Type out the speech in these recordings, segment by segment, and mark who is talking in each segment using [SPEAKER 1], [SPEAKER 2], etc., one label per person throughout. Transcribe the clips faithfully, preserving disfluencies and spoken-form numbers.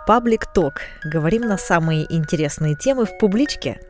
[SPEAKER 1] Public Talk. Говорим на самые интересные темы в публичке.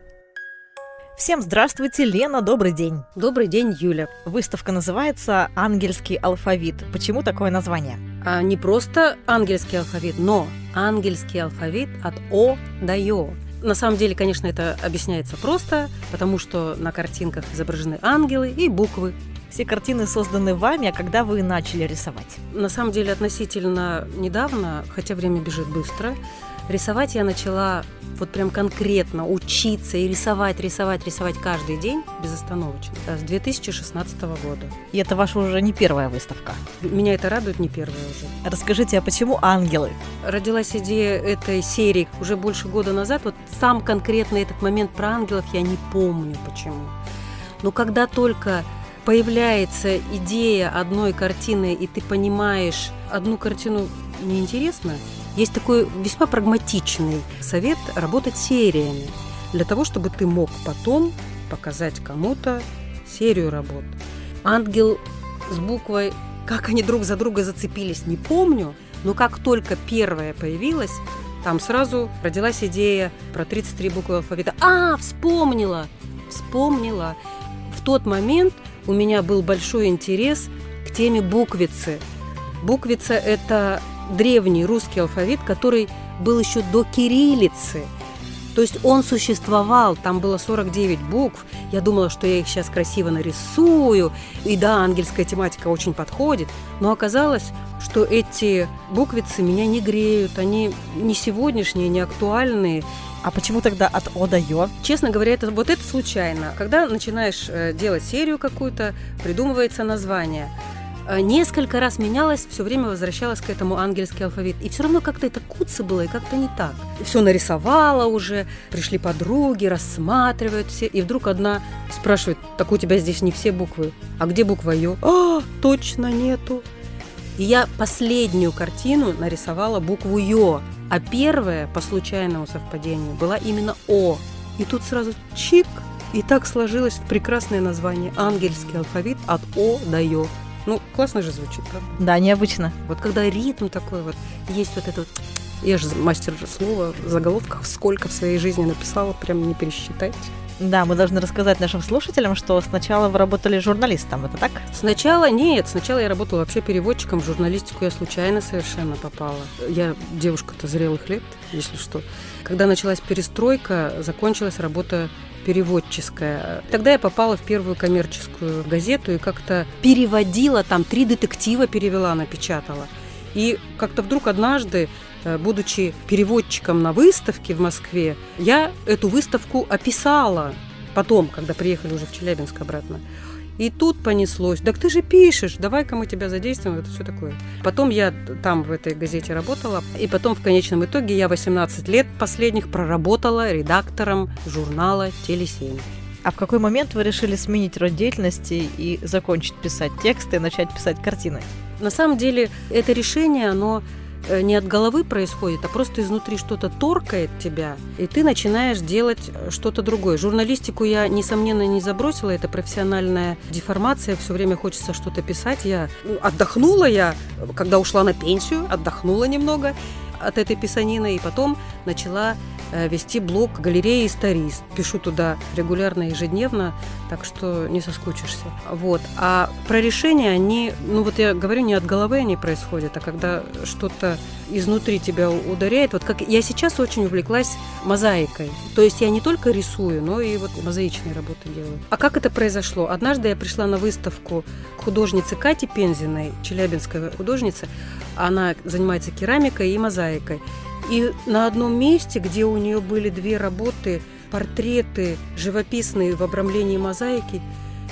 [SPEAKER 1] Всем здравствуйте, Лена, добрый день.
[SPEAKER 2] Добрый день, Юля.
[SPEAKER 1] Выставка называется «Ангельский алфавит». Почему такое название?
[SPEAKER 2] А не просто ангельский алфавит, но ангельский алфавит от О до Ё. На самом деле, конечно, это объясняется просто, потому что на картинках изображены ангелы и буквы.
[SPEAKER 1] Все картины созданы вами, а когда вы начали рисовать?
[SPEAKER 2] На самом деле, относительно недавно, хотя время бежит быстро, рисовать я начала вот прям конкретно учиться и рисовать, рисовать, рисовать каждый день безостановочно с две тысячи шестнадцатого года.
[SPEAKER 1] И это ваша уже не первая выставка?
[SPEAKER 2] Меня это радует, не первая уже.
[SPEAKER 1] Расскажите, а почему ангелы?
[SPEAKER 2] Родилась идея этой серии уже больше года назад. Вот сам конкретно этот момент про ангелов я не помню почему. Но когда только появляется идея одной картины, и ты понимаешь, одну картину неинтересно, есть такой весьма прагматичный совет работать сериями, для того, чтобы ты мог потом показать кому-то серию работ. Ангел с буквой, как они друг за друга зацепились, не помню, но как только первая появилась, там сразу родилась идея про тридцать три буквы алфавита. А, вспомнила! Вспомнила! В тот момент у меня был большой интерес к теме буквицы. Буквица – это древний русский алфавит, который был еще до кириллицы. То есть он существовал, там было сорок девять букв. Я думала, что я их сейчас красиво нарисую. И да, ангельская тематика очень подходит. Но оказалось, что эти буквицы меня не греют. Они не сегодняшние, не актуальные.
[SPEAKER 1] А почему тогда от О до Ё?
[SPEAKER 2] Честно говоря, это, вот это случайно. Когда начинаешь э, делать серию какую-то, придумывается название. Э, несколько раз менялось, все время возвращалась к этому ангельский алфавит. И все равно как-то это куца было, и как-то не так. Все нарисовала уже, пришли подруги, рассматривают все. И вдруг одна спрашивает: так у тебя здесь не все буквы, а где буква Ё? А, точно нету. И я последнюю картину нарисовала букву Ё, а первая, по случайному совпадению, была именно О. И тут сразу чик, и так сложилось в прекрасное название «Ангельский алфавит от О до Ё». Ну, классно же звучит, правда?
[SPEAKER 1] Да, необычно.
[SPEAKER 2] Вот когда ритм такой вот, есть вот это вот... Я же мастер слова в заголовках, сколько в своей жизни написала, прям не пересчитать.
[SPEAKER 1] Да, мы должны рассказать нашим слушателям, что сначала вы работали журналистом, это так?
[SPEAKER 2] Сначала нет, сначала я работала вообще переводчиком, в журналистику я случайно совершенно попала. Я девушка-то зрелых лет, если что. Когда началась перестройка, закончилась работа переводческая. Тогда я попала в первую коммерческую газету и как-то переводила, там три детектива перевела, напечатала. И как-то вдруг однажды, будучи переводчиком на выставке в Москве, я эту выставку описала потом, когда приехали уже в Челябинск обратно. И тут понеслось: так ты же пишешь, давай-ка мы тебя задействуем, это все такое. Потом я там в этой газете работала, и потом в конечном итоге я восемнадцать лет последних проработала редактором журнала «Телесемь».
[SPEAKER 1] А в какой момент вы решили сменить род деятельности и закончить писать тексты и начать писать картины?
[SPEAKER 2] На самом деле это решение, оно не от головы происходит, а просто изнутри что-то торкает тебя, и ты начинаешь делать что-то другое. Журналистику я, несомненно, не забросила, это профессиональная деформация, все время хочется что-то писать. Я ну, отдохнула я, когда ушла на пенсию, отдохнула немного от этой писанины, и потом начала вести блог «Галерея Историст». Пишу туда регулярно, ежедневно, так что не соскучишься. Вот. А про решения, они, ну вот я говорю, не от головы они происходят, а когда что-то изнутри тебя ударяет. Вот как я сейчас очень увлеклась мозаикой. То есть я не только рисую, но и вот мозаичные работы делаю. А как это произошло? Однажды я пришла на выставку к художнице Кате Пензиной, челябинской художнице. Она занимается керамикой и мозаикой. И на одном месте, где у нее были две работы, портреты живописные в обрамлении мозаики,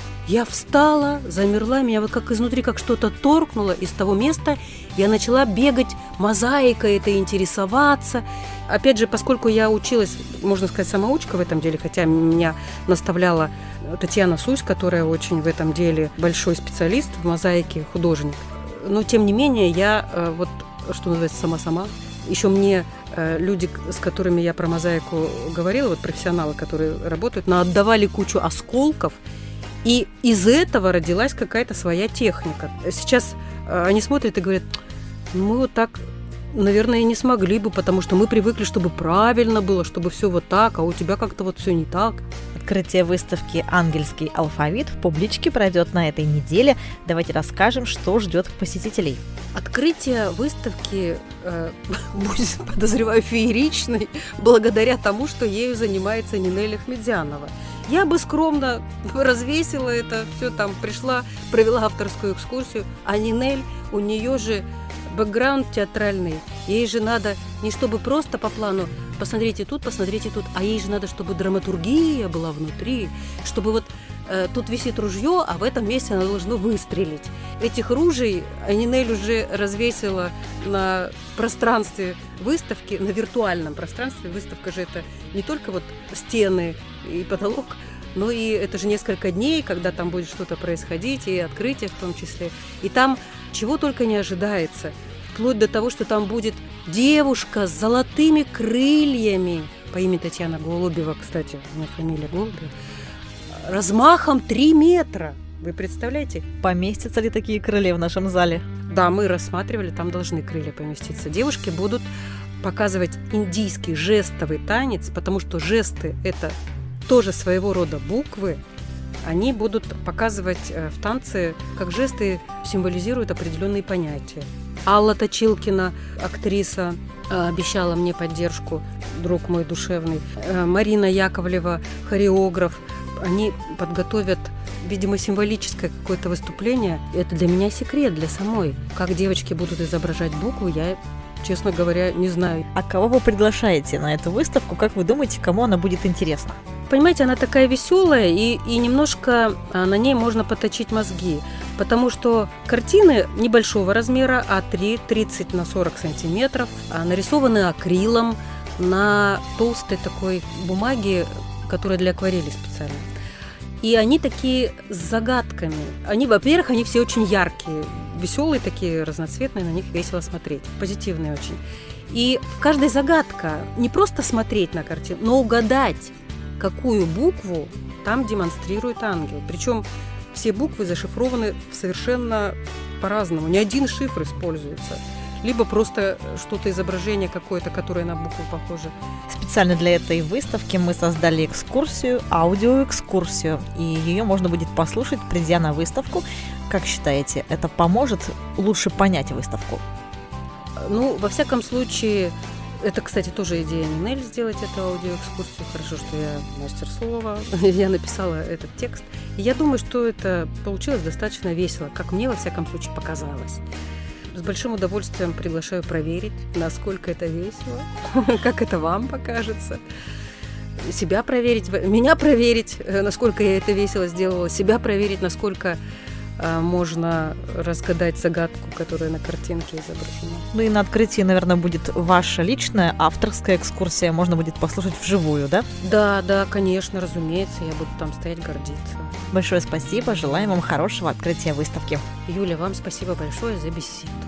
[SPEAKER 2] я встала, замерла, меня вот как изнутри как что-то торкнуло, и с того места я начала бегать мозаикой, это интересоваться. Опять же, поскольку я училась, можно сказать, самоучка в этом деле, хотя меня наставляла Татьяна Сусь, которая очень в этом деле большой специалист в мозаике, художник. Но, тем не менее, я вот, что называется, сама-сама. Еще мне э, люди, с которыми я про мозаику говорила, вот профессионалы, которые работают, наотдавали кучу осколков, и из этого родилась какая-то своя техника. Сейчас э, они смотрят и говорят: мы вот так наверное, и не смогли бы, потому что мы привыкли, чтобы правильно было, чтобы все вот так, а у тебя как-то вот все не так.
[SPEAKER 1] Открытие выставки «Ангельский алфавит» в Публичке пройдет на этой неделе. Давайте расскажем, что ждет посетителей.
[SPEAKER 2] Открытие выставки э, будет, подозреваю, фееричной, благодаря тому, что ею занимается Нинель Ахмедзянова. Я бы скромно развесила это все, там пришла, провела авторскую экскурсию, а Нинель, у нее же бэкграунд театральный, ей же надо не чтобы просто по плану посмотрите тут, посмотрите тут, а ей же надо, чтобы драматургия была внутри, чтобы вот э, тут висит ружье, а в этом месте она должна выстрелить. Этих ружей Нинель уже развесила на пространстве выставки, на виртуальном пространстве. Выставка же это не только вот стены и потолок, но и это же несколько дней, когда там будет что-то происходить, и открытие в том числе. И там чего только не ожидается, вплоть до того, что там будет девушка с золотыми крыльями, по имени Татьяна Голубева, кстати, у меня фамилия Голубева, размахом три метра. Вы представляете?
[SPEAKER 1] Поместятся ли такие крылья в нашем зале?
[SPEAKER 2] Да, мы рассматривали, там должны крылья поместиться. Девушки будут показывать индийский жестовый танец, потому что жесты – это тоже своего рода буквы. Они будут показывать в танце, как жесты символизируют определенные понятия. Алла Точилкина, актриса, обещала мне поддержку, друг мой душевный. Марина Яковлева, хореограф. Они подготовят, видимо, символическое какое-то выступление. Это для меня секрет, для самой. Как девочки будут изображать буквы, я, честно говоря, не знаю.
[SPEAKER 1] А кого вы приглашаете на эту выставку? Как вы думаете, кому она будет интересна?
[SPEAKER 2] Понимаете, она такая веселая, и, и немножко на ней можно поточить мозги, потому что картины небольшого размера, а три, тридцать на сорок сантиметров, нарисованы акрилом на толстой такой бумаге, которая для акварели специально. И они такие с загадками. Они, во-первых, они все очень яркие, веселые такие, разноцветные, на них весело смотреть, позитивные очень. И каждая загадка, не просто смотреть на картину, но угадать, какую букву там демонстрирует ангел. Причем все буквы зашифрованы совершенно по-разному. Ни один шифр используется. Либо просто что-то, изображение какое-то, которое на букву похоже.
[SPEAKER 1] Специально для этой выставки мы создали экскурсию, аудиоэкскурсию, и ее можно будет послушать, придя на выставку. Как считаете, это поможет лучше понять выставку?
[SPEAKER 2] Ну, во всяком случае, это, кстати, тоже идея Нинель сделать эту аудиоэкскурсию. Хорошо, что я мастер слова. Я написала этот текст. И я думаю, что это получилось достаточно весело, как мне, во всяком случае, показалось. С большим удовольствием приглашаю проверить, насколько это весело, как это вам покажется. Себя проверить, меня проверить, насколько я это весело сделала, себя проверить, насколько можно разгадать загадку, которая на картинке изображена.
[SPEAKER 1] Ну и на открытии, наверное, будет ваша личная авторская экскурсия. Можно будет послушать вживую, да?
[SPEAKER 2] Да, да, конечно, разумеется. Я буду там стоять, гордиться.
[SPEAKER 1] Большое спасибо. Желаем вам хорошего открытия выставки.
[SPEAKER 2] Юля, вам спасибо большое за беседу.